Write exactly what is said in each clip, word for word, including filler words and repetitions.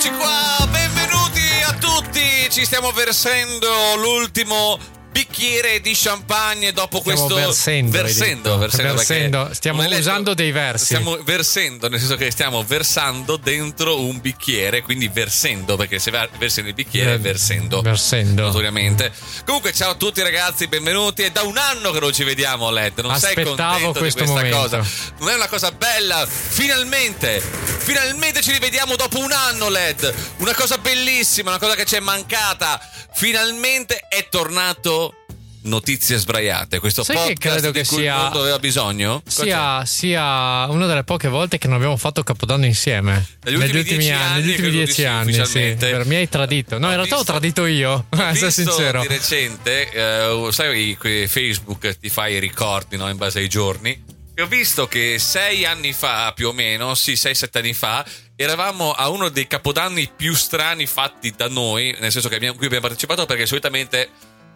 Eccoci qua, benvenuti a tutti. Ci stiamo versando l'ultimo bicchiere di champagne dopo stiamo questo versendo, versendo, versendo, versendo stiamo letto, usando dei versi. Stiamo versendo, nel senso che stiamo versando dentro un bicchiere, quindi versendo, perché se versi nel bicchiere è versendo. Versendo. Notoriamente. Comunque ciao a tutti ragazzi, benvenuti. È da un anno che non ci vediamo, Led. Non sei contento di questa momento. cosa? Non è una cosa bella? Finalmente, finalmente ci rivediamo dopo un anno, Led. Una cosa bellissima, una cosa che ci è mancata. Finalmente è tornato Notizie Sbraiate, questo Sai podcast che credo di che cui sia, il mondo aveva bisogno? sia, sia una delle poche volte che non abbiamo fatto Capodanno insieme negli ultimi, ultimi dieci anni, anni, negli ultimi dieci anni, sì, per mi hai tradito. No, ho in realtà visto, ho tradito io, ho essere sincero. Di recente, eh, sai, Facebook ti fa i ricordi, no, in base ai giorni. E ho visto che sei anni fa, più o meno, sì, sei sette anni fa, eravamo a uno dei capodanni più strani fatti da noi, nel senso che abbiamo, qui abbiamo partecipato perché solitamente,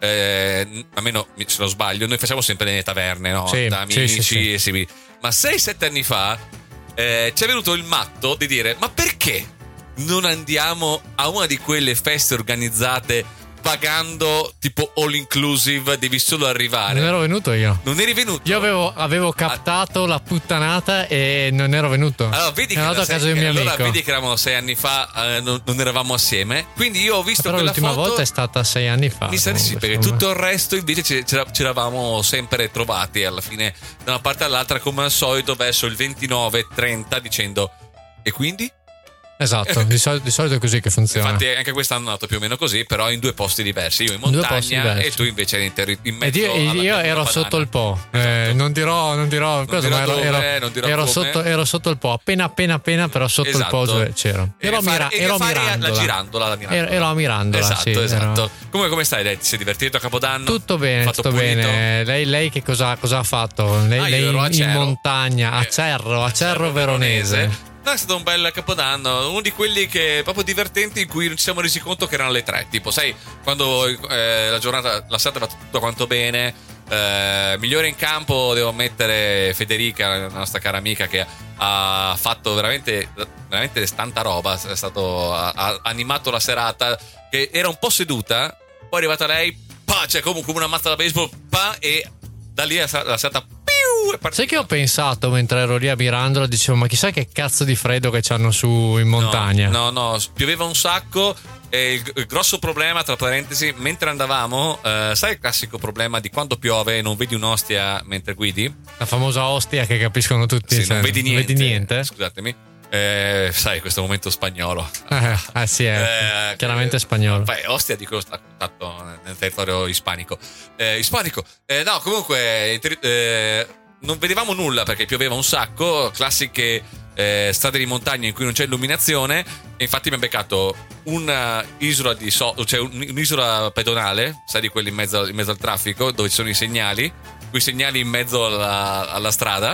eh, almeno se non sbaglio, noi facciamo sempre le taverne, no? Sì, Da amici, sì, sì, sì. Sì. Ma sei sette anni fa eh, ci è venuto il matto di dire: ma perché non andiamo a una di quelle feste organizzate pagando tipo all inclusive, devi solo arrivare? Non ero venuto io. Non eri venuto? Io avevo, avevo captato ah. la puttanata e non ero venuto. Allora vedi, ero che, andato a casa di un mio allora amico. vedi che eravamo sei anni fa, eh, non, non eravamo assieme. Quindi io ho visto però quella l'ultima foto, volta è stata sei anni fa. Mi sa di sì, perché tutto il resto invece ci, ci eravamo sempre trovati alla fine da una parte all'altra, come al solito, verso il ventinove trenta, dicendo: e quindi? Esatto, di, sol- di solito è così che funziona. Infatti anche quest'anno è andato più o meno così, però in due posti diversi. Io in montagna e tu invece in, ter- in mezzo. Ed io, io ero sotto il Po. Esatto. eh, Non dirò, non dirò, non cosa, dirò ma ero, dove, ero, non dirò ero, come. sotto, ero sotto il Po, appena appena appena, però sotto esatto. il Po cioè, c'ero. Ero, e mira- fare, ero fare mirandola. La girandola, la mirandola. Ero, ero a mirandola. Esatto, sì, esatto. Ero... Come, come stai, lei? Ti sei divertito a Capodanno? Tutto bene, fatto tutto pulito? bene. Lei, lei che cosa, cosa ha fatto? Lei, ah, lei in, in montagna, a eh, Cerro, a Cerro Veronese. Veronese. No, è stato un bel Capodanno, uno di quelli che proprio divertenti in cui non ci siamo resi conto che erano le tre. Tipo, sai, quando eh, la giornata, la serata va tutto quanto bene. Eh, migliore in campo devo mettere Federica, la nostra cara amica, che ha fatto veramente, veramente tanta roba. È stato, ha, ha animato la serata, che era un po' seduta. Poi è arrivata lei, pa, cioè come una mazza da baseball, pa, e da lì la serata. Sai che ho pensato mentre ero lì a Mirandola? Dicevo, ma chissà che cazzo di freddo che c'hanno su in montagna. No, no, no, pioveva un sacco. E il, il grosso problema, tra parentesi, mentre andavamo, eh, sai il classico problema di quando piove e non vedi un'ostia mentre guidi? La famosa ostia che capiscono tutti. Sì, cioè, non vedi niente. Non vedi niente? Scusatemi. Eh, sai, questo momento spagnolo. Eh, eh sì, è eh, chiaramente spagnolo. Beh, ostia dico sta contatto nel territorio ispanico. Eh, ispanico. Eh, no, comunque eh, non vedevamo nulla perché pioveva un sacco, classiche eh, strade di montagna in cui non c'è illuminazione, e infatti mi ha beccato un'isola di so- cioè un'isola pedonale, sai, di quelli in mezzo, in mezzo al traffico, dove ci sono i segnali, quei segnali in mezzo alla, alla strada.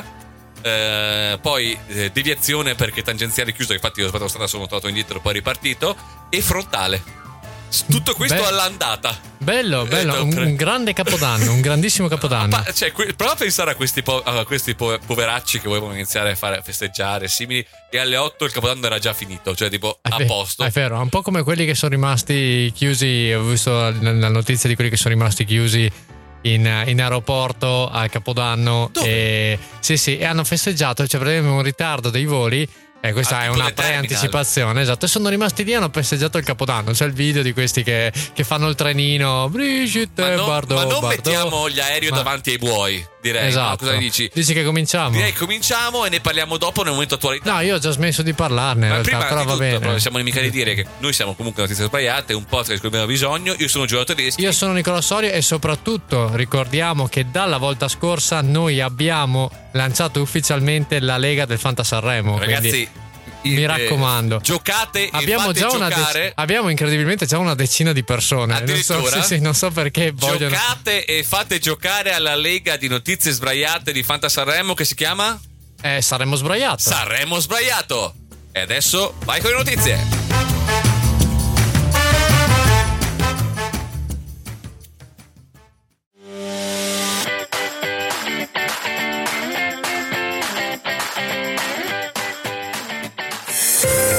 Eh, poi eh, deviazione perché tangenziale chiuso, infatti io la strada sono tornato indietro e poi ripartito, e frontale. Tutto questo Be- all'andata. Bello, bello, eh, un, un grande capodanno, un grandissimo capodanno. Ma, cioè, que- prova a pensare a questi, po- a questi po- poveracci che volevano iniziare a fare a festeggiare simili, e alle otto il capodanno era già finito, cioè tipo è a ve- posto. È vero, un po' come quelli che sono rimasti chiusi. Ho visto la, la notizia di quelli che sono rimasti chiusi in, in aeroporto a Capodanno. Dove? E, sì, sì, e hanno festeggiato, cioè praticamente un ritardo dei voli. E eh, questa ah, è una pre-anticipazione, esatto. E sono rimasti lì e hanno festeggiato il Capodanno. C'è il video di questi che, che fanno il trenino. Brigitte, ma, no, Bardot, ma non Bardot. mettiamo gli aerei ma... davanti ai buoi, direi. Esatto. No? Cosa ne dici? Dici che cominciamo? Direi cominciamo e ne parliamo dopo nel momento attualità. No, io ho già smesso di parlarne. Ma in prima realtà, però di va tutto, bene. però, non siamo mica di dire che noi siamo comunque Notizie Sbraiate, un podcast di cui abbiamo bisogno. Io sono Giulio Tedeschi. Io sono Nicola Sorio, e soprattutto ricordiamo che dalla volta scorsa noi abbiamo lanciato ufficialmente la Lega del Fanta Sanremo. Ragazzi, quindi... mi raccomando, eh, giocate abbiamo e fate già una giocare. dec- abbiamo incredibilmente già una decina di persone. Non so, sì, sì, non so perché vogliono. Giocate e fate giocare alla Lega di Notizie Sbraiate di Fanta Sanremo, che si chiama Eh, Sanremo Sbraiato. Sanremo Sbraiato. E adesso vai con le notizie.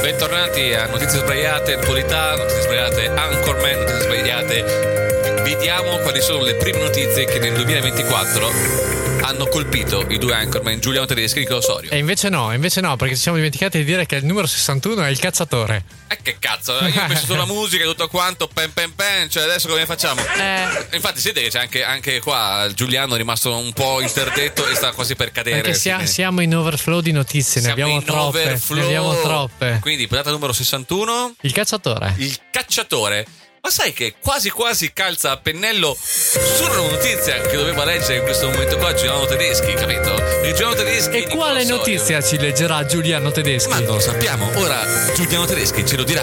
bentornati a Notizie Sbagliate, attualità, Notizie Sbagliate, Anchorman, Notizie Sbagliate. Vediamo quali sono le prime notizie che nel duemilaventiquattro hanno colpito i due Anchorman, Giuliano Tedeschi e Nicola Osorio. E invece no, invece no, perché ci siamo dimenticati di dire che il numero sessantuno è il cacciatore. Eh che cazzo, io ho messo sulla musica e tutto quanto, pen pen pen, cioè adesso come facciamo? Eh. Infatti siete che c'è anche, anche qua Giuliano è rimasto un po' interdetto e sta quasi per cadere. Perché sia, siamo in overflow di notizie, ne abbiamo troppe, overflow. ne abbiamo troppe. Quindi puntata numero sessantuno. Il cacciatore. Il cacciatore. Ma sai che quasi quasi calza a pennello sulla notizia che doveva leggere in questo momento qua Giuliano Tedeschi, capito? Il Giuliano Tedeschi. E quale notizia ci leggerà Giuliano Tedeschi? Ma non lo sappiamo. Ora Giuliano Tedeschi ce lo dirà.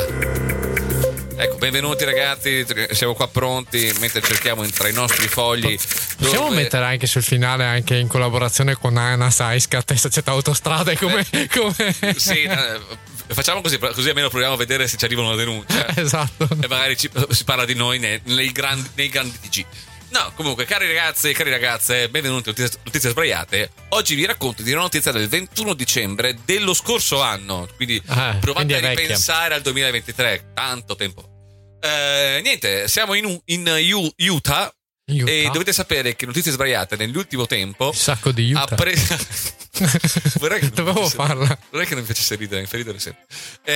Ecco, benvenuti ragazzi, siamo qua pronti mentre cerchiamo tra i nostri fogli. Possiamo dove... mettere anche sul finale, anche in collaborazione con ANAS, Aiscat e Società Autostrade come... Eh, come... Sì, eh, facciamo così, così almeno proviamo a vedere se ci arriva una denuncia. Esatto. E magari ci, si parla di noi nei, nei, grandi, nei grandi T G. No, comunque, cari ragazzi e cari ragazze, benvenuti a Notizie, notizie Sbagliate. Oggi vi racconto di una notizia del ventuno dicembre dello scorso anno. Quindi ah, provate quindi a ripensare al duemilaventitré, tanto tempo. Eh, niente, siamo in, in U, Utah, Utah e dovete sapere che Notizie Sbagliate nell'ultimo tempo un sacco di Utah ha preso vorrei che dovevo farla vorrei che non mi facesse ridere, mi fa ridere sempre.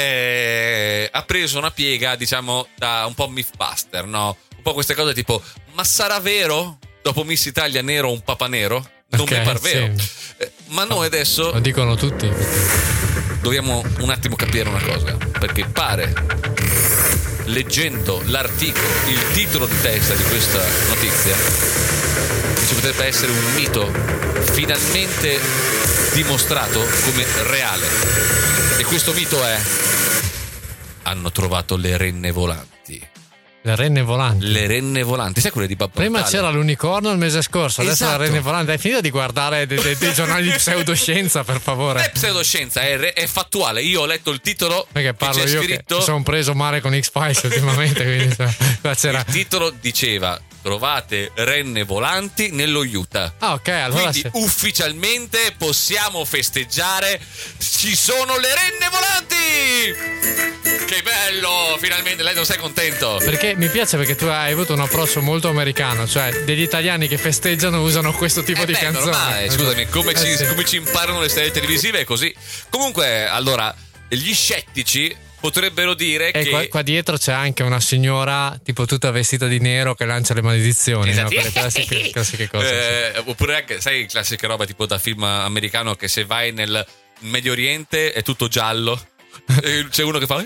Eh, ha preso una piega, diciamo, da un po' Mythbuster, no? Un po' queste cose tipo, ma sarà vero dopo Miss Italia nero un papa nero? Non okay, mi par vero. Sì. Eh, ma noi adesso lo dicono tutti, dobbiamo un attimo capire una cosa, perché pare, leggendo l'articolo, il titolo di testa di questa notizia, che ci potrebbe essere un mito finalmente dimostrato come reale. E questo mito è: hanno trovato le renne volanti. Le renne volanti. Le renne volanti, sai quelle di Babbo Prima Natale? C'era l'unicorno il mese scorso, adesso esatto. La renne volante. Hai finito di guardare dei, dei, dei giornali di pseudoscienza, per favore? È pseudoscienza, è, re- è fattuale. Io ho letto il titolo. Perché parlo che c'è io scritto... che sono preso male con X-Files ultimamente, quindi cioè, c'era... Il titolo diceva: trovate renne volanti nello Utah. Ah, ok, allora quindi sì. Ufficialmente possiamo festeggiare. Ci sono le renne volanti! Che bello! Finalmente, lei non sei contento? Perché mi piace perché tu hai avuto un approccio molto americano, cioè degli italiani che festeggiano usano questo tipo eh di beh, canzoni. Normale, scusami, come, eh ci, sì. come ci imparano le serie televisive è così. Comunque, allora, gli scettici potrebbero dire e che qua, qua dietro c'è anche una signora tipo tutta vestita di nero che lancia le maledizioni, esatto. no? Quelle classiche, classiche cose. Eh, oppure anche, sai, classiche roba tipo da film americano che se vai nel Medio Oriente è tutto giallo. E c'è uno che fa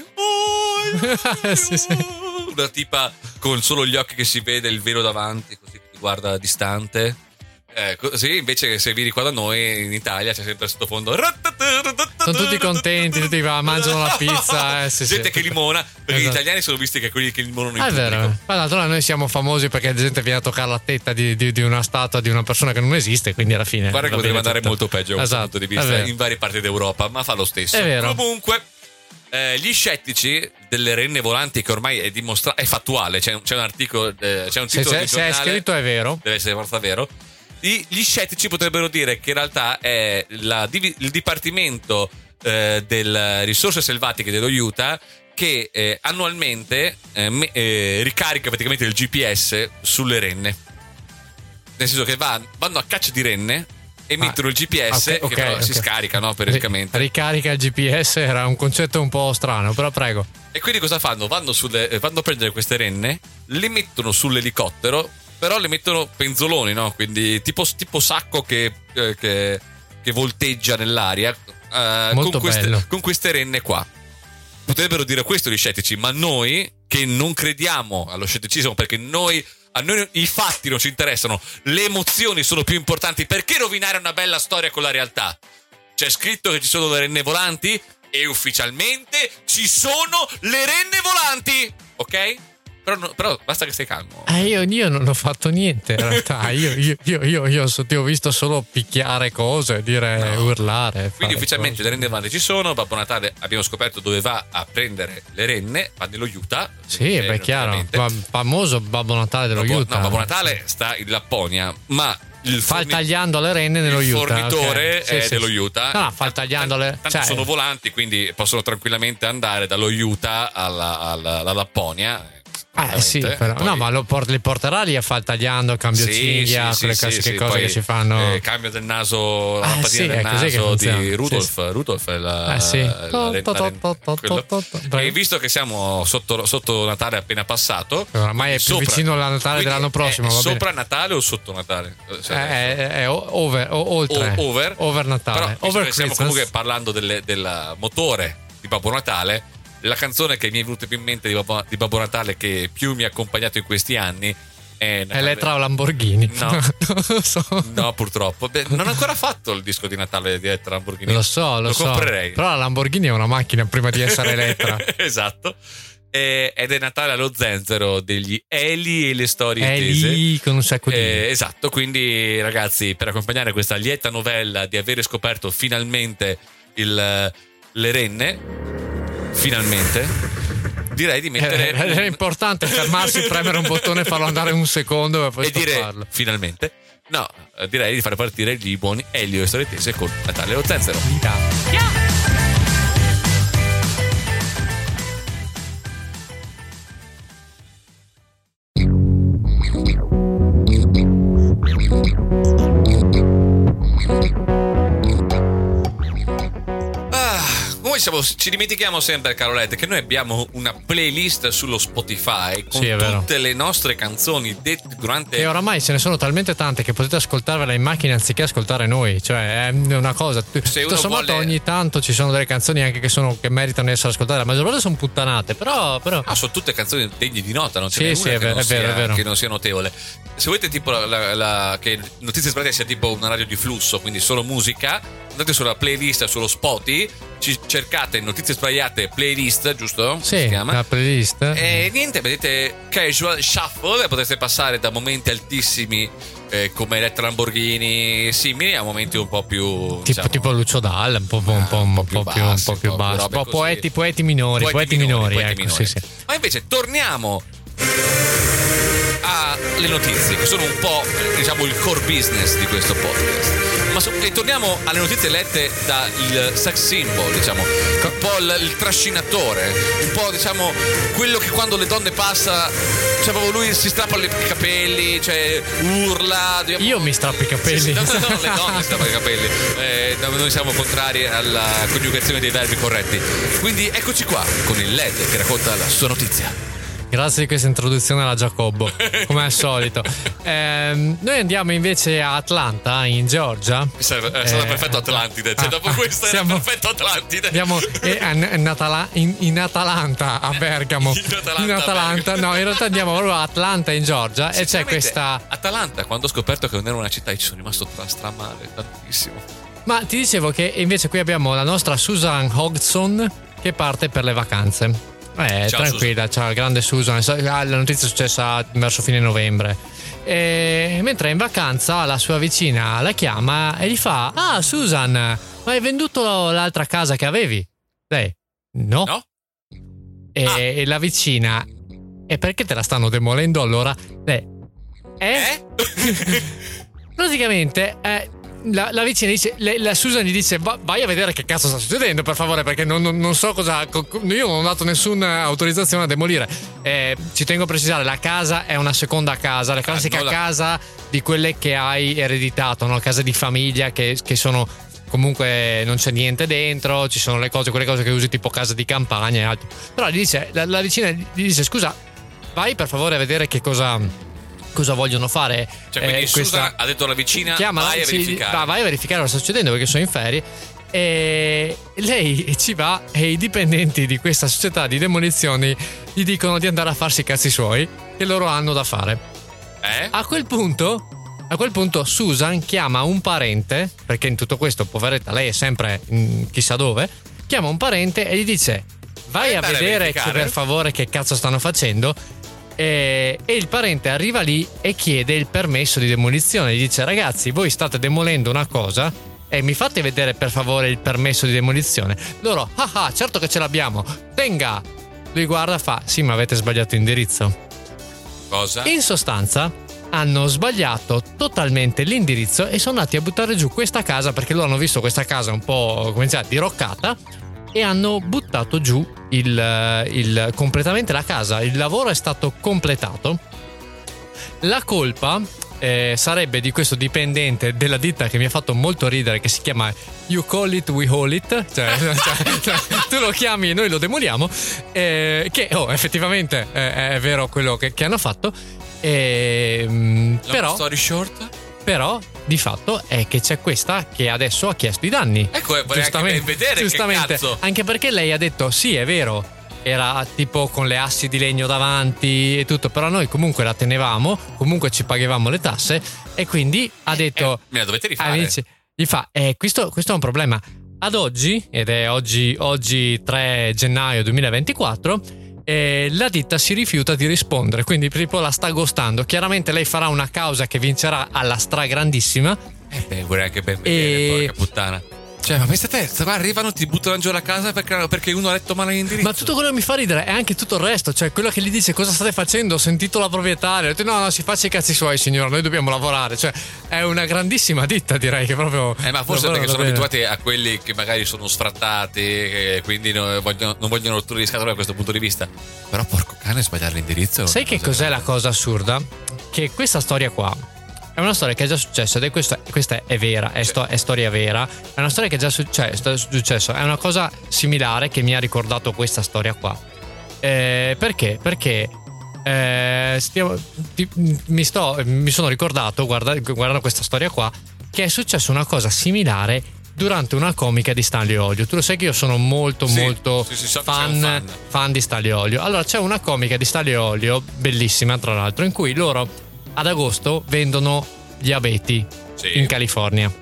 oh, sì, sì. una tipa con solo gli occhi che si vede, il velo davanti, così che ti guarda distante. Eh, così invece se vieni qua da noi in Italia c'è sempre sottofondo sono tutti contenti, tutti va, mangiano la pizza, eh, sì, gente sì, che limona, perché esatto. Gli italiani sono visti che quelli che limonano in ah, è pubblico. vero. Tra l'altro noi siamo famosi perché la gente viene a toccare la tetta di, di, di una statua di una persona che non esiste, quindi alla fine guarda che potrebbe andare tutto. molto peggio da esatto. questo punto di vista in varie parti d'Europa, ma fa lo stesso. È vero. Comunque eh, gli scettici delle renne volanti, che ormai è dimostrato, è fattuale, c'è un, c'è un articolo, eh, c'è un se, titolo se, di se è giornale, scritto è vero, deve essere forza vero. Gli scettici potrebbero dire che in realtà è la, il dipartimento eh, delle risorse selvatiche dello Utah che eh, annualmente eh, me, eh, ricarica praticamente il G P S sulle renne, nel senso che va, vanno a caccia di renne e mettono ah, il G P S okay, che okay, però okay. si scarica, no, periodicamente. Ricarica il G P S era un concetto un po' strano, però prego. E quindi cosa fanno? Vanno, sulle, vanno a prendere queste renne, le mettono sull'elicottero, però le mettono penzoloni, no? Quindi tipo, tipo sacco che, eh, che, che volteggia nell'aria eh, Molto con, queste, bello. con queste renne qua. Potrebbero dire questo gli scettici, ma noi che non crediamo allo scetticismo, perché noi, a noi i fatti non ci interessano, le emozioni sono più importanti, perché rovinare una bella storia con la realtà? C'è scritto che ci sono le renne volanti e ufficialmente ci sono le renne volanti, ok? Però, no, però basta che stai calmo. Eh, io, io non ho fatto niente in realtà. io, io, io, io, io so, ti ho visto solo picchiare cose, dire no. urlare. Quindi ufficialmente cose. le renne volanti ci sono. Babbo Natale abbiamo scoperto dove va a prendere le renne, va nello Utah. Sì, eh, beh, chiaro. Ma famoso Babbo Natale dello Babbo, Utah. No, Babbo Natale sta in Lapponia, ma il faltagliando le renne nello il Utah. fornitore Okay. Sì, è sì, dello sì. Utah. No, no, faltagliando le... Tanto cioè... sono volanti, quindi possono tranquillamente andare dallo Utah alla, alla, alla Lapponia. Eh sì, però, poi... no, ma lo port- li porterà lì a faltagliando, cambio sì, cinghia, sì, quelle sì, classiche sì, cose poi, che si fanno. Eh, cambio del naso, la Ah, lampadina sì, del è così che naso funziona. di Rudolph. Sì, sì. Rudolph è la, Ah, sì. la, la, la, To, to, to, e visto che siamo sotto, sotto Natale appena passato, ormai è più sopra, vicino alla Natale dell'anno prossimo. È, è va sopra bene. Natale o sotto Natale? Cioè, è, è, è over, o, oltre. o, over, over Natale. Però, visto over che stiamo Christmas. comunque parlando delle, del motore di Babbo Natale, la canzone che mi è venuta più in mente di Babbo, di Babbo Natale che più mi ha accompagnato in questi anni è Natale... Elettra o Lamborghini? No, non lo so. No, purtroppo. Beh, non ho ancora fatto il disco di Natale di Elettra Lamborghini. Lo so, lo, lo so. comprerei. Però la Lamborghini è una macchina prima di essere Elettra. Esatto. E, ed è Natale allo zenzero degli Eli e le storie tese. Eli con un sacco di... Eh, esatto, quindi ragazzi, per accompagnare questa lieta novella di avere scoperto finalmente il, le renne, finalmente, direi di mettere... Era, era importante fermarsi, premere un bottone e farlo andare un secondo e poi e dire stopparlo. finalmente... No, direi di fare partire gli buoni Elio e storie tese con Natale allo zenzero. Yeah. Noi siamo, ci dimentichiamo sempre, Carolette, che noi abbiamo una playlist sullo Spotify con sì, tutte le nostre canzoni dette durante... E oramai ce ne sono talmente tante che potete ascoltarvela in macchina anziché ascoltare noi. Cioè, è una cosa. Tutto sommato, vuole... ogni tanto ci sono delle canzoni anche che, sono, che meritano di essere ascoltate. La maggior parte sono puttanate, però. però... Ah, sono tutte canzoni degne di nota, non ce sì, n'è sì, una è che, vero, non è vero, sia, è vero. che non sia notevole. Se volete, tipo, la, la, la, che Notizie Sbagliate sia tipo una radio di flusso, quindi solo musica, andate sulla playlist, sullo Spotify, ci cercate Notizie Sbagliate playlist, giusto? Sì, si chiama? la playlist. E niente, vedete Casual Shuffle e potete passare da momenti altissimi eh, come Elettra Lamborghini simili a momenti un po' più tipo, diciamo, tipo Lucio Dalla, un po', un po', un po', un po' più, bassi, un po' più basso, un po' poeti, poeti minori, poeti, poeti minori, minori, ecco, minori. Sì, sì. Ma invece torniamo alle notizie che sono un po', diciamo, il core business di questo podcast. Ma so, e torniamo alle notizie lette dal sex symbol, diciamo, un po' il, il trascinatore, un po', diciamo, quello che quando le donne passa, cioè proprio lui si strappa i capelli, cioè urla. Dobbiamo... Io mi strappo i capelli. Sì, sì, no, no, no, le donne si strappano i capelli. Eh, noi siamo contrari alla coniugazione dei verbi corretti. Quindi eccoci qua con il L E D che racconta la sua notizia. Grazie di questa introduzione alla Giacobbo, come al solito. Eh, noi andiamo invece a Atlanta, in Georgia. È stato eh, perfetto Atlantide. Cioè, ah, dopo questo siamo, era perfetto Atlantide. Andiamo in, Atala- in, in Atalanta, a Bergamo. In Atalanta, in Atalanta Bergamo. No, in realtà andiamo proprio a Atlanta, in Georgia. E c'è questa. Atalanta, quando ho scoperto che non era una città, ci sono rimasto stramale tantissimo. Ma ti dicevo che invece qui abbiamo la nostra Susan Hodgson che parte per le vacanze. Eh, ciao, tranquilla, ciao, grande Susan. La notizia è successa verso fine novembre. E mentre è in vacanza, la sua vicina la chiama e gli fa: ah, Susan, ma hai venduto l'altra casa che avevi? Lei: no. No? E, ah. e la vicina: e perché te la stanno demolendo allora? Lei: eh? eh? Praticamente eh, La, la vicina dice, le, la Susan gli dice: Va, vai a vedere che cazzo sta succedendo, per favore, perché non, non, non so cosa. Io non ho dato nessuna autorizzazione a demolire. Eh, ci tengo a precisare: la casa è una seconda casa, la classica ah, la... casa di quelle che hai ereditato, no? Casa di famiglia che, che sono. Comunque non c'è niente dentro, ci sono le cose, quelle cose che usi tipo casa di campagna e altro. Però gli dice, la, la vicina gli dice: scusa, vai per favore a vedere che cosa. Cosa vogliono fare? Cioè, quindi eh, Susan questa... ha detto alla vicina: chiama, vai a verificare. Va, vai a verificare cosa sta succedendo perché sono in ferie. E lei ci va e i dipendenti di questa società di demolizioni gli dicono di andare a farsi i cazzi suoi che loro hanno da fare. Eh? A quel punto, a quel punto Susan chiama un parente, perché in tutto questo, poveretta, lei è sempre in chissà dove, chiama un parente e gli dice: vai a vedere che, per favore che cazzo stanno facendo. E, e il parente arriva lì e chiede il permesso di demolizione. Gli dice: ragazzi, voi state demolendo una cosa e mi fate vedere per favore il permesso di demolizione. Loro: ah ah, certo che ce l'abbiamo, tenga. Lui guarda, fa: sì, ma avete sbagliato indirizzo. Cosa? In sostanza, hanno sbagliato totalmente l'indirizzo e sono andati a buttare giù questa casa, perché loro hanno visto questa casa un po', come si chiama, diroccata, e hanno buttato giù il, il, completamente la casa. Il lavoro è stato completato. La colpa eh, sarebbe di questo dipendente della ditta che mi ha fatto molto ridere, che si chiama You Call It, We Haul It, cioè, cioè, cioè tu lo chiami e noi lo demoliamo, eh, che oh, effettivamente eh, è vero quello che, che hanno fatto. Eh, però, story short, però di fatto è che c'è questa che adesso ha chiesto i danni. Ecco, vorrei anche vedere giustamente, che cazzo. Anche perché lei ha detto sì, è vero, era tipo con le assi di legno davanti e tutto, però noi comunque la tenevamo, comunque ci pagavamo le tasse, e quindi ha detto eh, me la dovete rifare. Amici, gli fa eh, questo, questo è un problema. Ad oggi, ed è oggi, oggi tre gennaio duemilaventiquattro, eh, la ditta si rifiuta di rispondere, quindi tipo la sta ghostando. Chiaramente lei farà una causa che vincerà alla stragrandissima. Eh beh, vorrei anche ben vedere, e... porca puttana. Cioè, ma pensa te, qua arrivano, ti buttano giù la casa perché, perché uno ha letto male l'indirizzo. Ma tutto quello che mi fa ridere è anche tutto il resto. Cioè, quello che gli dice cosa state facendo, ho sentito la proprietaria, ho detto no, no, si faccia i cazzi suoi signora, noi dobbiamo lavorare. Cioè, è una grandissima ditta, direi, che proprio Eh ma forse perché sono bene. abituati a quelli che magari sono sfrattati e quindi non vogliono, non vogliono rotture di scatole da questo punto di vista. Però porco cane, sbagliare l'indirizzo. Sai che cos'è la cosa assurda? Che questa storia qua è una storia che è già successa, ed è questa, questa è vera, è, sto, è storia vera. È una storia che è già successo, è successo. È una cosa similare che mi ha ricordato questa storia qua. Eh, perché? Perché eh, stiamo, ti, mi, sto, mi sono ricordato, guarda, guardando questa storia qua, che è successa una cosa similare durante una comica di Stanley Olio. Tu lo sai che io sono molto sì, molto sì, sì, so fan, fan. fan di Stanley Olio. Allora c'è una comica di Stanley Olio, bellissima tra l'altro, in cui loro ad agosto vendono gli abeti sì. in California.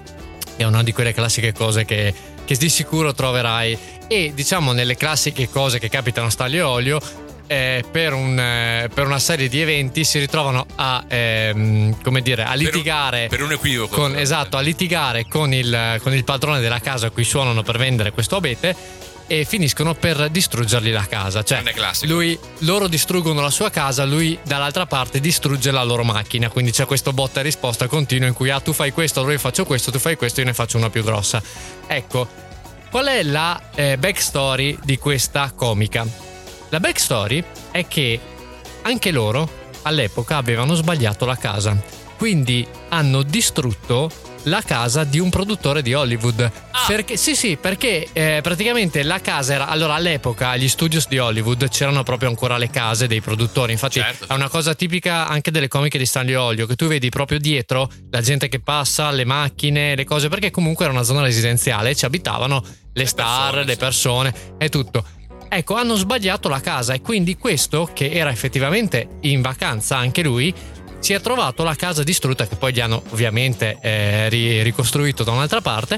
È una di quelle classiche cose che, che di sicuro troverai. E diciamo nelle classiche cose che capitano a Stanley Olio, eh, per, un, eh, per una serie di eventi si ritrovano a ehm, come dire a litigare per un, per un equivoco con, esatto, a litigare con il, con il padrone della casa a cui suonano per vendere questo abete, e finiscono per distruggergli la casa. Cioè lui, loro distruggono la sua casa, lui dall'altra parte distrugge la loro macchina, quindi c'è questo botta e risposta continuo in cui ah tu fai questo, allora io faccio questo, tu fai questo, io ne faccio una più grossa. Ecco, qual è la eh, backstory di questa comica? La backstory è che anche loro all'epoca avevano sbagliato la casa, quindi hanno distrutto la casa di un produttore di Hollywood. Ah. Perché sì sì perché eh, praticamente la casa era, allora all'epoca agli studios di Hollywood c'erano proprio ancora le case dei produttori, infatti certo, è una cosa tipica anche delle comiche di Stanley Olio, che tu vedi proprio dietro la gente che passa, le macchine, le cose, perché comunque era una zona residenziale, ci abitavano le, le star, persone, le persone e tutto. Ecco, hanno sbagliato la casa, e quindi questo, che era effettivamente in vacanza anche lui, si è trovato la casa distrutta, che poi gli hanno ovviamente eh, ricostruito da un'altra parte,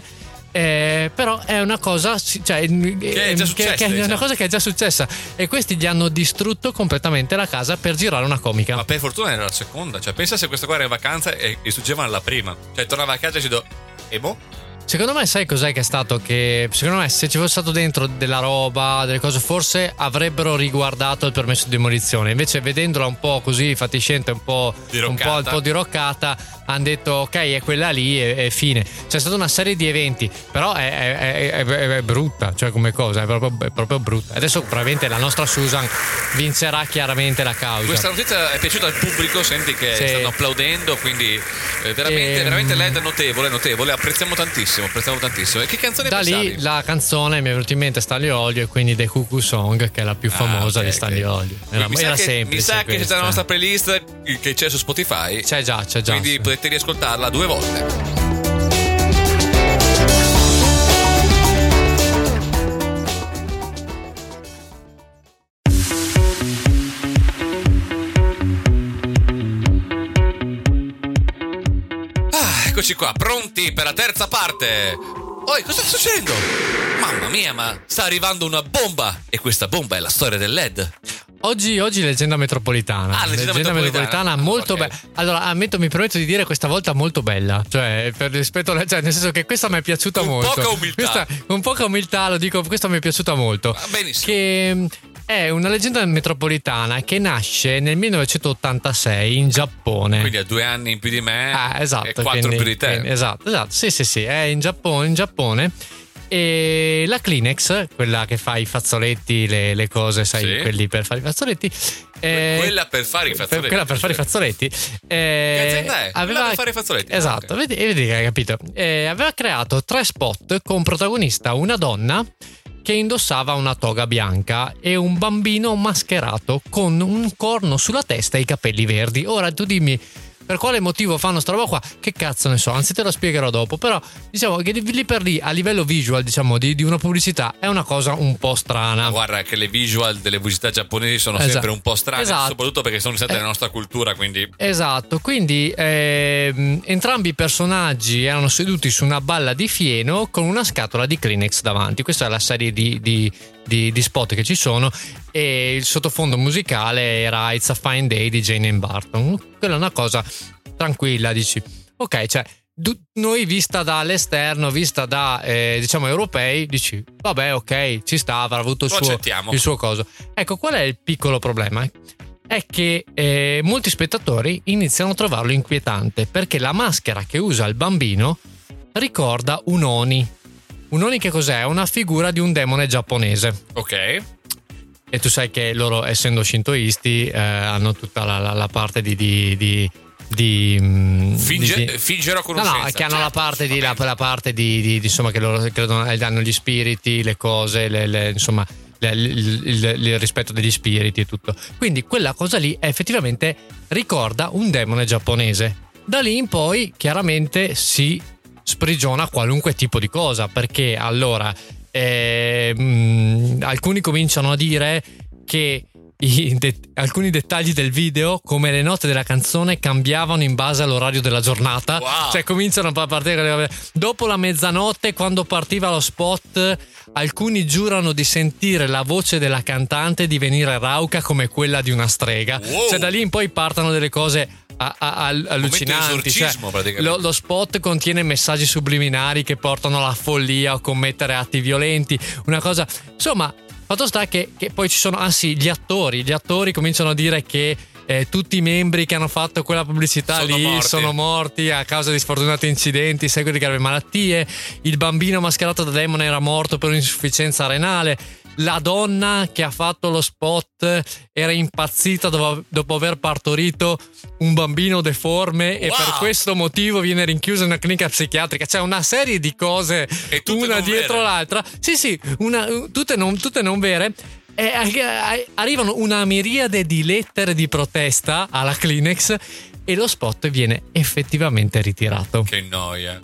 eh, però è una cosa, cioè, che è già successa, che, che è una diciamo. cosa che è già successa, e questi gli hanno distrutto completamente la casa per girare una comica. Ma per fortuna era la seconda, cioè pensa se questo qua era in vacanza e distruggevano la prima, cioè tornava a casa e ci do e boh. Secondo me sai cos'è che è stato? Che secondo me se ci fosse stato dentro della roba, delle cose, forse avrebbero riguardato il permesso di demolizione. Invece vedendola un po' così fatiscente, un po', un po', un po' diroccata, hanno detto ok, è quella lì e, e fine. C'è stata una serie di eventi, però è, è, è, è, è brutta, cioè come cosa, è proprio, è proprio brutta. Adesso probabilmente la nostra Susan vincerà chiaramente la causa. Questa notizia è piaciuta al pubblico, senti che sì. stanno applaudendo, quindi eh, veramente, e... veramente L E D notevole, notevole, apprezziamo tantissimo. Apprezziamo tantissimo. E che canzone da pensavi? lì la canzone mi è venuta in mente Stanley Olio, e quindi The Cuckoo Song, che è la più famosa ah, okay, di Stanley okay. Olio. Era, mi era sa che, semplice. Mi sa che questa. c'è la nostra playlist che c'è su Spotify. C'è già, c'è già. Quindi sì. potete riascoltarla due volte. Eccoci qua, pronti per la terza parte. Oi, cosa sta succedendo? Mamma mia, ma sta arrivando una bomba. E questa bomba è la storia del L E D. Oggi, oggi leggenda metropolitana. Ah, leggenda, leggenda metropolitana, metropolitana molto okay. bella. Allora, ammetto, mi permetto di dire questa volta molto bella. Cioè, per rispetto a, cioè, nel senso che questa mi è piaciuta con molto. Poca umiltà. Questa, con poca umiltà lo dico, questa mi è piaciuta molto. Ah, benissimo. Che è una leggenda metropolitana che nasce nel millenovecentottantasei in Giappone. Quindi ha due anni in più di me ah, esatto, e quattro quindi, più di te. Quindi, esatto, esatto. Sì, sì, sì, è in Giappone, in Giappone. E la Kleenex, quella che fa i fazzoletti, le, le cose, sai, sì. quelli per fare i fazzoletti. Eh, quella per fare i fazzoletti. Per, quella per fare i fazzoletti. Eh, che azienda è? Aveva, quella per fare i fazzoletti. Esatto, okay. vedi, vedi che hai capito. Eh, aveva creato tre spot con protagonista una donna che indossava una toga bianca e un bambino mascherato con un corno sulla testa e i capelli verdi. Ora tu dimmi per quale motivo fanno sta roba qua, che cazzo ne so, anzi te lo spiegherò dopo, però diciamo che lì per lì a livello visual, diciamo, di, di una pubblicità è una cosa un po' strana. Ma guarda che le visual delle pubblicità giapponesi sono esatto. sempre un po' strane, esatto. soprattutto perché sono state eh, nella nostra cultura, quindi esatto, quindi eh, entrambi i personaggi erano seduti su una balla di fieno con una scatola di Kleenex davanti. Questa è la serie di, di, di, di spot che ci sono, e il sottofondo musicale era It's a Fine Day di Jane and Barton. Quella è una cosa tranquilla, dici ok, cioè noi vista dall'esterno, vista da eh, diciamo europei, dici vabbè ok, ci sta, avrà avuto il suo, il suo coso. Ecco, qual è il piccolo problema? È che eh, molti spettatori iniziano a trovarlo inquietante, perché la maschera che usa il bambino ricorda un Oni. Un Oni che cos'è? È una figura di un demone giapponese. Ok. E tu sai che loro, essendo shintoisti, eh, hanno tutta la, la, la parte di, di, di, di, Finge, di fingerò conoscenza. No, no, che hanno certo, la parte di la, la parte di, di, di insomma, che loro credono hanno gli spiriti, le cose, le, le, insomma, le, il, il, il rispetto degli spiriti e tutto. Quindi quella cosa lì effettivamente ricorda un demone giapponese. Da lì in poi chiaramente si sprigiona qualunque tipo di cosa, perché allora Eh, mh, alcuni cominciano a dire che i de- alcuni dettagli del video, come le note della canzone, cambiavano in base all'orario della giornata. Wow. Cioè cominciano a partire dopo la mezzanotte, quando partiva lo spot. Alcuni giurano di sentire la voce della cantante divenire rauca come quella di una strega. Wow. Cioè da lì in poi partono delle cose A, a, a, allucinanti, cioè, lo, lo spot contiene messaggi subliminari che portano alla follia o commettere atti violenti, una cosa, insomma, fatto sta che, che poi ci sono, anzi gli attori gli attori cominciano a dire che eh, tutti i membri che hanno fatto quella pubblicità sono lì morti. sono morti a causa di sfortunati incidenti, seguito di gravi malattie. Il bambino mascherato da demone era morto per un'insufficienza renale. La donna che ha fatto lo spot era impazzita dopo, dopo aver partorito un bambino deforme, wow. e per questo motivo viene rinchiusa in una clinica psichiatrica. C'è una serie di cose, una dietro vere. l'altra. Sì, sì, una, tutte, non, tutte non vere. E arrivano una miriade di lettere di protesta alla Kleenex e lo spot viene effettivamente ritirato. Che noia.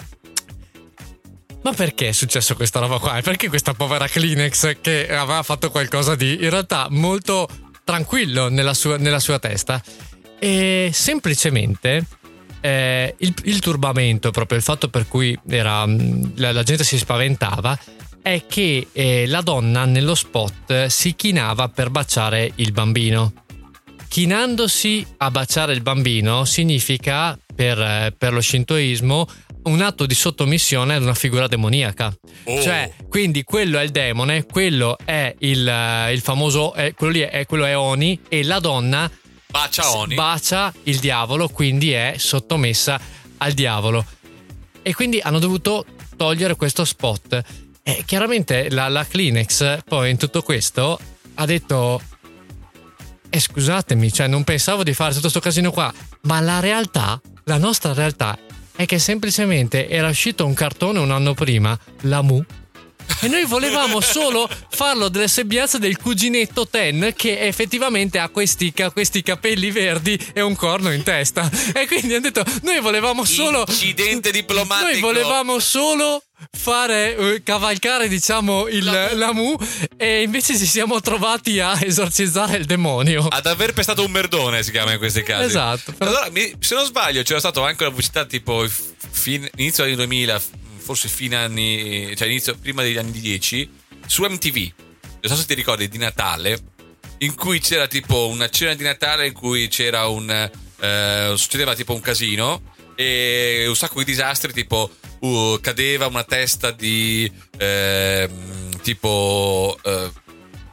Ma perché è successo questa roba qua? Perché questa povera Kleenex, che aveva fatto qualcosa di in realtà molto tranquillo nella sua, nella sua testa, e semplicemente eh, il, il turbamento, proprio il fatto per cui era, la, la gente si spaventava, è che eh, la donna nello spot si chinava per baciare il bambino. Chinandosi a baciare il bambino significa per, per lo shintoismo un atto di sottomissione ad una figura demoniaca. Oh. Cioè, quindi quello è il demone, quello è il, il famoso, è, quello lì è, quello è Oni, e la donna bacia Oni, bacia il diavolo, quindi è sottomessa al diavolo. E quindi hanno dovuto togliere questo spot. E chiaramente la, la Kleenex poi in tutto questo ha detto: eh, scusatemi, cioè non pensavo di fare tutto sto casino qua, ma la realtà, la nostra realtà è che semplicemente era uscito un cartone un anno prima, la Mu, e noi volevamo solo farlo delle sembianze del cuginetto Ten, che effettivamente ha questi, questi capelli verdi e un corno in testa. E quindi hanno detto: noi volevamo solo incidente diplomatico, noi volevamo solo fare uh, cavalcare, diciamo, il, la... la Mu, e invece ci siamo trovati a esorcizzare il demonio, ad aver pestato un merdone, si chiama in questi casi. Esatto. Allora, se non sbaglio, c'era stato anche una pubblicità tipo fin, inizio anni duemila, forse fine anni, cioè inizio prima degli anni dieci, su M T V, non so se ti ricordi, di Natale, in cui c'era tipo una cena di Natale in cui c'era un eh, succedeva tipo un casino e un sacco di disastri, tipo uh, cadeva una testa di eh, tipo eh,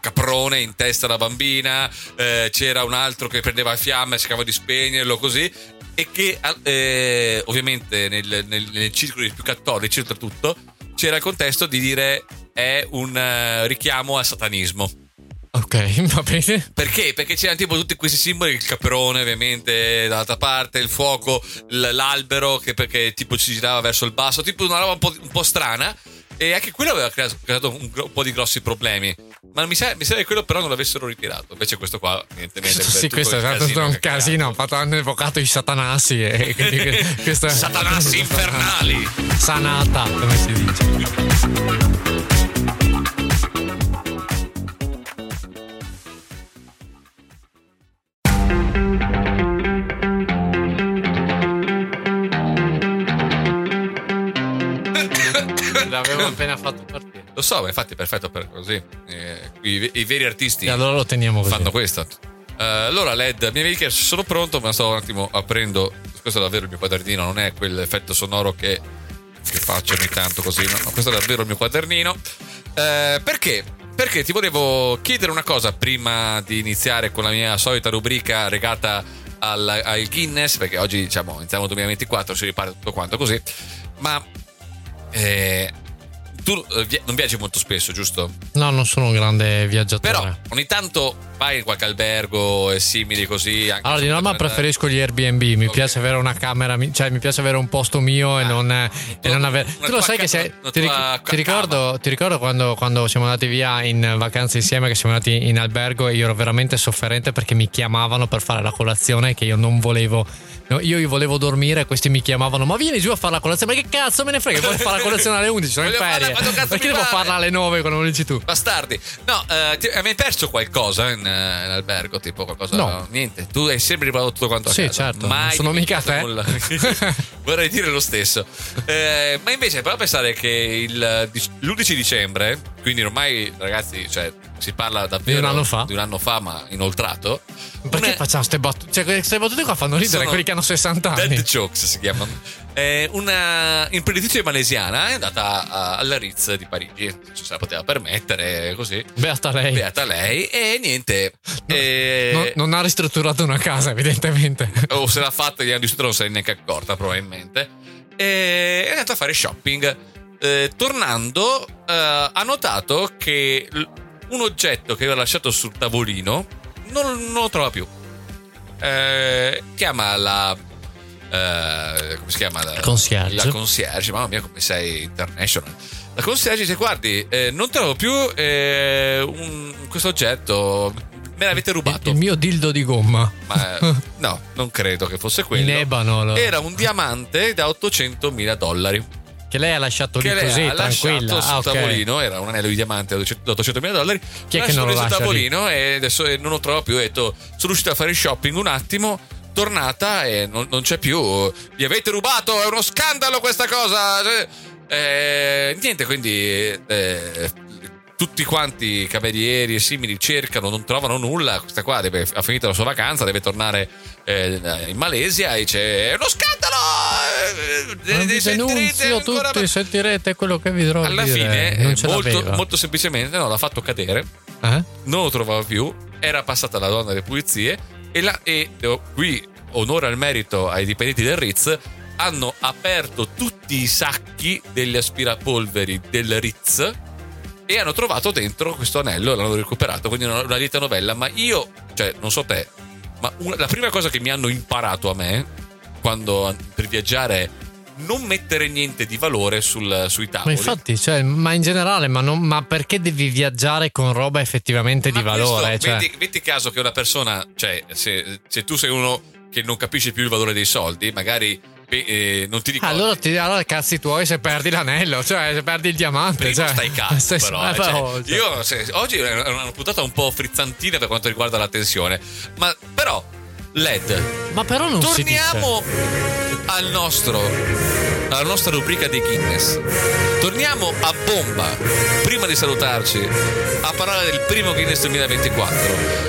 caprone in testa alla bambina, eh, c'era un altro che prendeva fiamme e cercava di spegnerlo così, e che eh, ovviamente nel, nel, nel circolo più cattolici oltretutto c'era il contesto di dire è un uh, richiamo al satanismo. Ok, va bene. Perché? Perché c'erano tipo tutti questi simboli, il caprone ovviamente dall'altra parte, il fuoco, l'albero che perché tipo ci girava verso il basso, tipo una roba un po', un po' strana, e anche quello aveva creato, creato un, un po' di grossi problemi. Ma mi sa, mi sa che quello però non l'avessero ritirato. Invece questo qua niente, niente, sì, questo è stato casino un casino. Fatto, hanno evocato i satanassi e questo satanassi infernali. Sanata, come si dice. L'avevo appena fatto partire. Lo so, ma infatti è perfetto per così. Eh, i, I veri artisti e allora lo teniamo così. Fanno questo. Uh, allora, Led, mi avevi chiesto, sono pronto, ma sto un attimo aprendo. Questo è davvero il mio quadernino, non è quell'effetto sonoro che, che faccio ogni tanto così. No, questo è davvero il mio quadernino. Uh, perché? Perché ti volevo chiedere una cosa prima di iniziare con la mia solita rubrica legata al, al Guinness, perché oggi diciamo iniziamo duemilaventiquattro, si riparte tutto quanto così. Ma eh, tu eh, non viaggi molto spesso, giusto? No, non sono un grande viaggiatore. Però ogni tanto vai in qualche albergo e simili così. Anche allora, di norma andare... preferisco gli Airbnb. Mi okay. piace avere una camera, cioè mi piace avere un posto mio ah, e non, e non avere. Tu lo sai ca- che se ti, ric- ti ricordo, ti ricordo quando, quando siamo andati via in vacanza insieme, che siamo andati in albergo e io ero veramente sofferente perché mi chiamavano per fare la colazione che io non volevo. No, io, io volevo dormire e questi mi chiamavano, ma vieni giù a fare la colazione. Ma che cazzo me ne frega, voglio fare la colazione alle undici, sono in ferie, perché devo farla alle nove quando lo dici tu? Bastardi. No, eh, ti, hai perso qualcosa in, in albergo, tipo qualcosa? No, niente, tu hai sempre riportato tutto quanto a sì, casa. Certo, mai non sono mica te. Nulla. Vorrei dire lo stesso, eh, ma invece prova a pensare che il, l'undici dicembre, quindi ormai ragazzi, cioè si parla davvero di un anno fa, di un anno fa ma inoltrato. Perché è... facciamo queste battute? Cioè, queste battute qua fanno ridere. Sono quelli che hanno sessanta anni. Dead jokes si chiamano. Eh, una imprenditrice malesiana è andata a, alla Ritz di Parigi, se la poteva permettere, così. Beata lei. Beata lei. E niente. No, eh... non, non ha ristrutturato una casa, evidentemente. O se l'ha fatta gli hanno ristrutturato, non se l'è neanche accorta, probabilmente. E è andata a fare shopping. Eh, tornando, eh, ha notato che un oggetto che aveva lasciato sul tavolino non, non lo trova più. Eh, chiama la eh, come si chiama? La concierge. La concierge, mamma mia come sei international. La concierge dice guardi, eh, non trovo più eh, un, questo oggetto, me l'avete rubato. Il, il mio dildo di gomma. Ma eh, no, non credo che fosse quello. In ebano lo... Era un diamante da ottocentomila dollari. Che lei ha lasciato che lì così, ha tranquilla. sul ah, okay. tavolino, era un anello di diamante da ottocentomila dollari. Chi è che non lo lascia sul tavolino lì? E adesso non lo trovo più. Ho detto, sono riuscito a fare shopping un attimo, tornata e non, non c'è più. Vi avete rubato, è uno scandalo questa cosa. Eh, niente, quindi eh, tutti quanti i camerieri e simili cercano, non trovano nulla. Questa qua deve, ha finito la sua vacanza, deve tornare eh, in Malesia e dice: è uno scandalo! Non vi denunzio tutti, ancora... sentirete quello che vi dirò. Alla dire. fine, non eh, molto, molto semplicemente, no, l'ha fatto cadere, eh? non lo trovava più. Era passata la donna delle pulizie e, la, e qui onore al merito ai dipendenti del Ritz. Hanno aperto tutti i sacchi degli aspirapolveri del Ritz e hanno trovato dentro questo anello e l'hanno recuperato. Quindi una, una lieta novella. Ma io, cioè, non so te, ma una, la prima cosa che mi hanno imparato a me quando per viaggiare, non mettere niente di valore sul, sui tavoli. Ma infatti, cioè, ma in generale, ma, non, ma perché devi viaggiare con roba effettivamente ma di valore? Questo, cioè... metti, metti caso che una persona, cioè, se, se tu sei uno che non capisce più il valore dei soldi, magari eh, non ti ricordi. Allora, ti, allora cazzi tuoi se perdi l'anello, cioè se perdi il diamante. Prima cioè, stai cazzo, però. Eh, cioè, cioè, io se, oggi è una puntata un po' frizzantina per quanto riguarda la tensione, ma però Led, ma però non torniamo si dice. al nostro alla nostra rubrica dei Guinness. Torniamo a bomba prima di salutarci a parlare del primo Guinness duemilaventiquattro.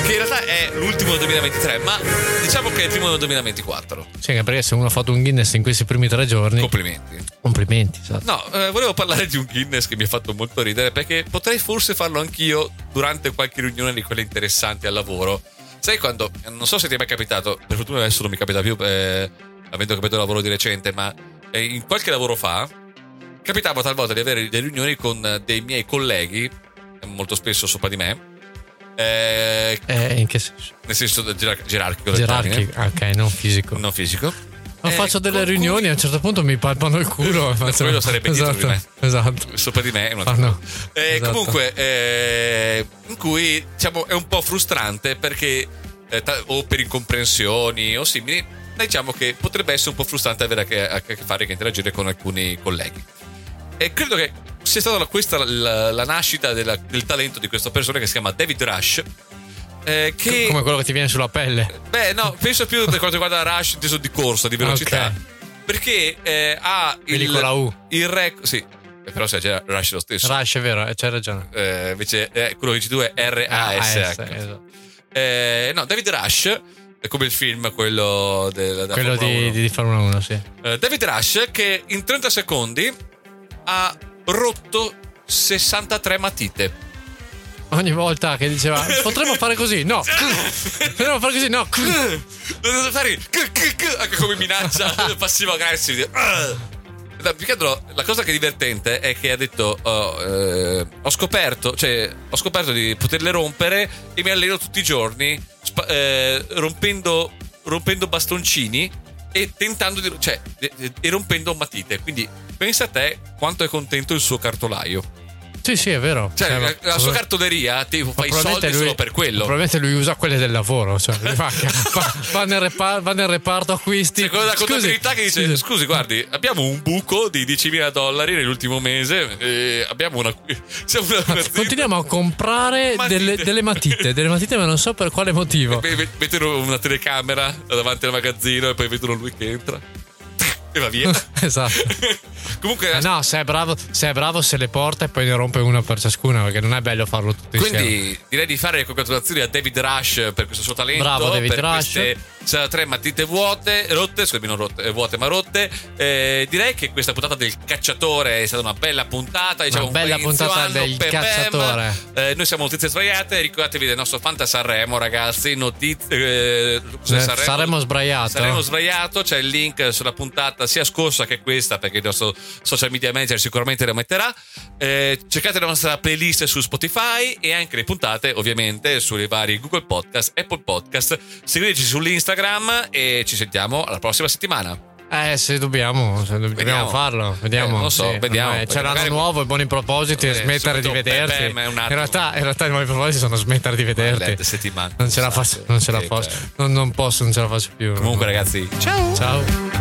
che in realtà è l'ultimo del duemilaventitré, ma diciamo che è il primo del duemilaventiquattro. Sì, perché se uno ha fatto un Guinness in questi primi tre giorni, complimenti. Complimenti, esatto. No, eh, volevo parlare di un Guinness che mi ha fatto molto ridere, perché potrei forse farlo anch'io durante qualche riunione di quelle interessanti al lavoro. Sai quando, non so se ti è mai capitato, per fortuna adesso non mi capita più, eh, avendo capito il lavoro di recente, ma eh, in qualche lavoro fa capitava talvolta di avere delle riunioni con dei miei colleghi, molto spesso sopra di me. Eh, eh, in che senso? Nel senso gerar- gerarchico. Gerarchico, ok, non fisico. Non fisico. Ma eh, faccio delle riunioni, cui... a un certo punto mi palpano il culo. No, faccio... quello sarebbe esatto, dietro di me. Esatto. Sopra di me è una ah, no. eh, esatto. Comunque, eh, in cui diciamo è un po' frustrante perché eh, ta- o per incomprensioni o simili, diciamo che potrebbe essere un po' frustrante avere a che, a che fare, che interagire con alcuni colleghi. E credo che sia stata questa la, la nascita della, del talento di questa persona che si chiama David Rush. Eh, che, come quello che ti viene sulla pelle? Beh, no, penso più per quanto riguarda Rush, inteso di corsa, di velocità. Okay. Perché eh, ha il, con la U. il record. Sì, però se c'era Rush lo stesso. Rush, è vero, c'hai ragione. Eh, invece eh, quello che dici tu è R A S H. Ah, esatto. eh, no, David Rush è come il film, quello del, da quello di, di Formula uno, sì. Eh, David Rush che in trenta secondi ha rotto sessantatré matite. Ogni volta che diceva potremmo fare così, no, potremmo fare così, no, devo fare anche come minaccia passivo aggressivo. La cosa che è divertente è che ha detto oh, eh, ho scoperto, cioè ho scoperto di poterle rompere e mi alleno tutti i giorni sp- eh, rompendo rompendo bastoncini e tentando di cioè e rompendo matite. Quindi pensa a te quanto è contento il suo cartolaio. Sì, sì, è vero. Cioè, cioè, la, la sua cartoleria ti fai i soldi lui, solo per quello. Probabilmente lui usa quelle del lavoro. Cioè, va, va, va, nel repar- va nel reparto acquisti. C'è quello della contabilità che dice: scusi. scusi, guardi, abbiamo un buco di diecimila dollari nell'ultimo mese. E abbiamo una. Siamo una Continuiamo a comprare matite. Delle, delle matite, delle matite, ma non so per quale motivo. Mettono una telecamera davanti al magazzino e poi vedono lui che entra. E va via. Esatto. Comunque, eh no, se è bravo, se è bravo se le porta e poi ne rompe una per ciascuna, perché non è bello farlo tutti quindi, insieme. Quindi direi di fare le congratulazioni a David Rush per questo suo talento. Bravo David per Rush. Queste tre matite vuote, rotte, scusami, non rotte, vuote ma rotte. Eh, direi che questa puntata del cacciatore è stata una bella puntata, diciamo una bella un puntata del per cacciatore. Eh, noi siamo Notizie Sbagliate, ricordatevi del nostro Fanta Sanremo, ragazzi. Notizie eh, Sanremo, Sanremo sbagliato. Sanremo sbagliato, c'è il link sulla puntata sia scorsa che questa, perché il nostro social media manager sicuramente lo metterà. Eh, cercate la nostra playlist su Spotify e anche le puntate ovviamente sui vari Google Podcast, Apple Podcast. Seguiteci sull'Instagram e ci sentiamo alla prossima settimana. Eh, se dobbiamo, se dobbiamo vediamo. farlo, vediamo. Eh, non lo so, sì, vediamo. C'è l'anno nuovo, buoni propositi, eh, smettere di vederti. Beh, beh, in, realtà, in realtà i nuovi propositi sono smettere di vederti. Settimane, non ce la faccio, non ce la faccio. Non, non posso, non ce la faccio più. Comunque, ragazzi, ciao. Ciao.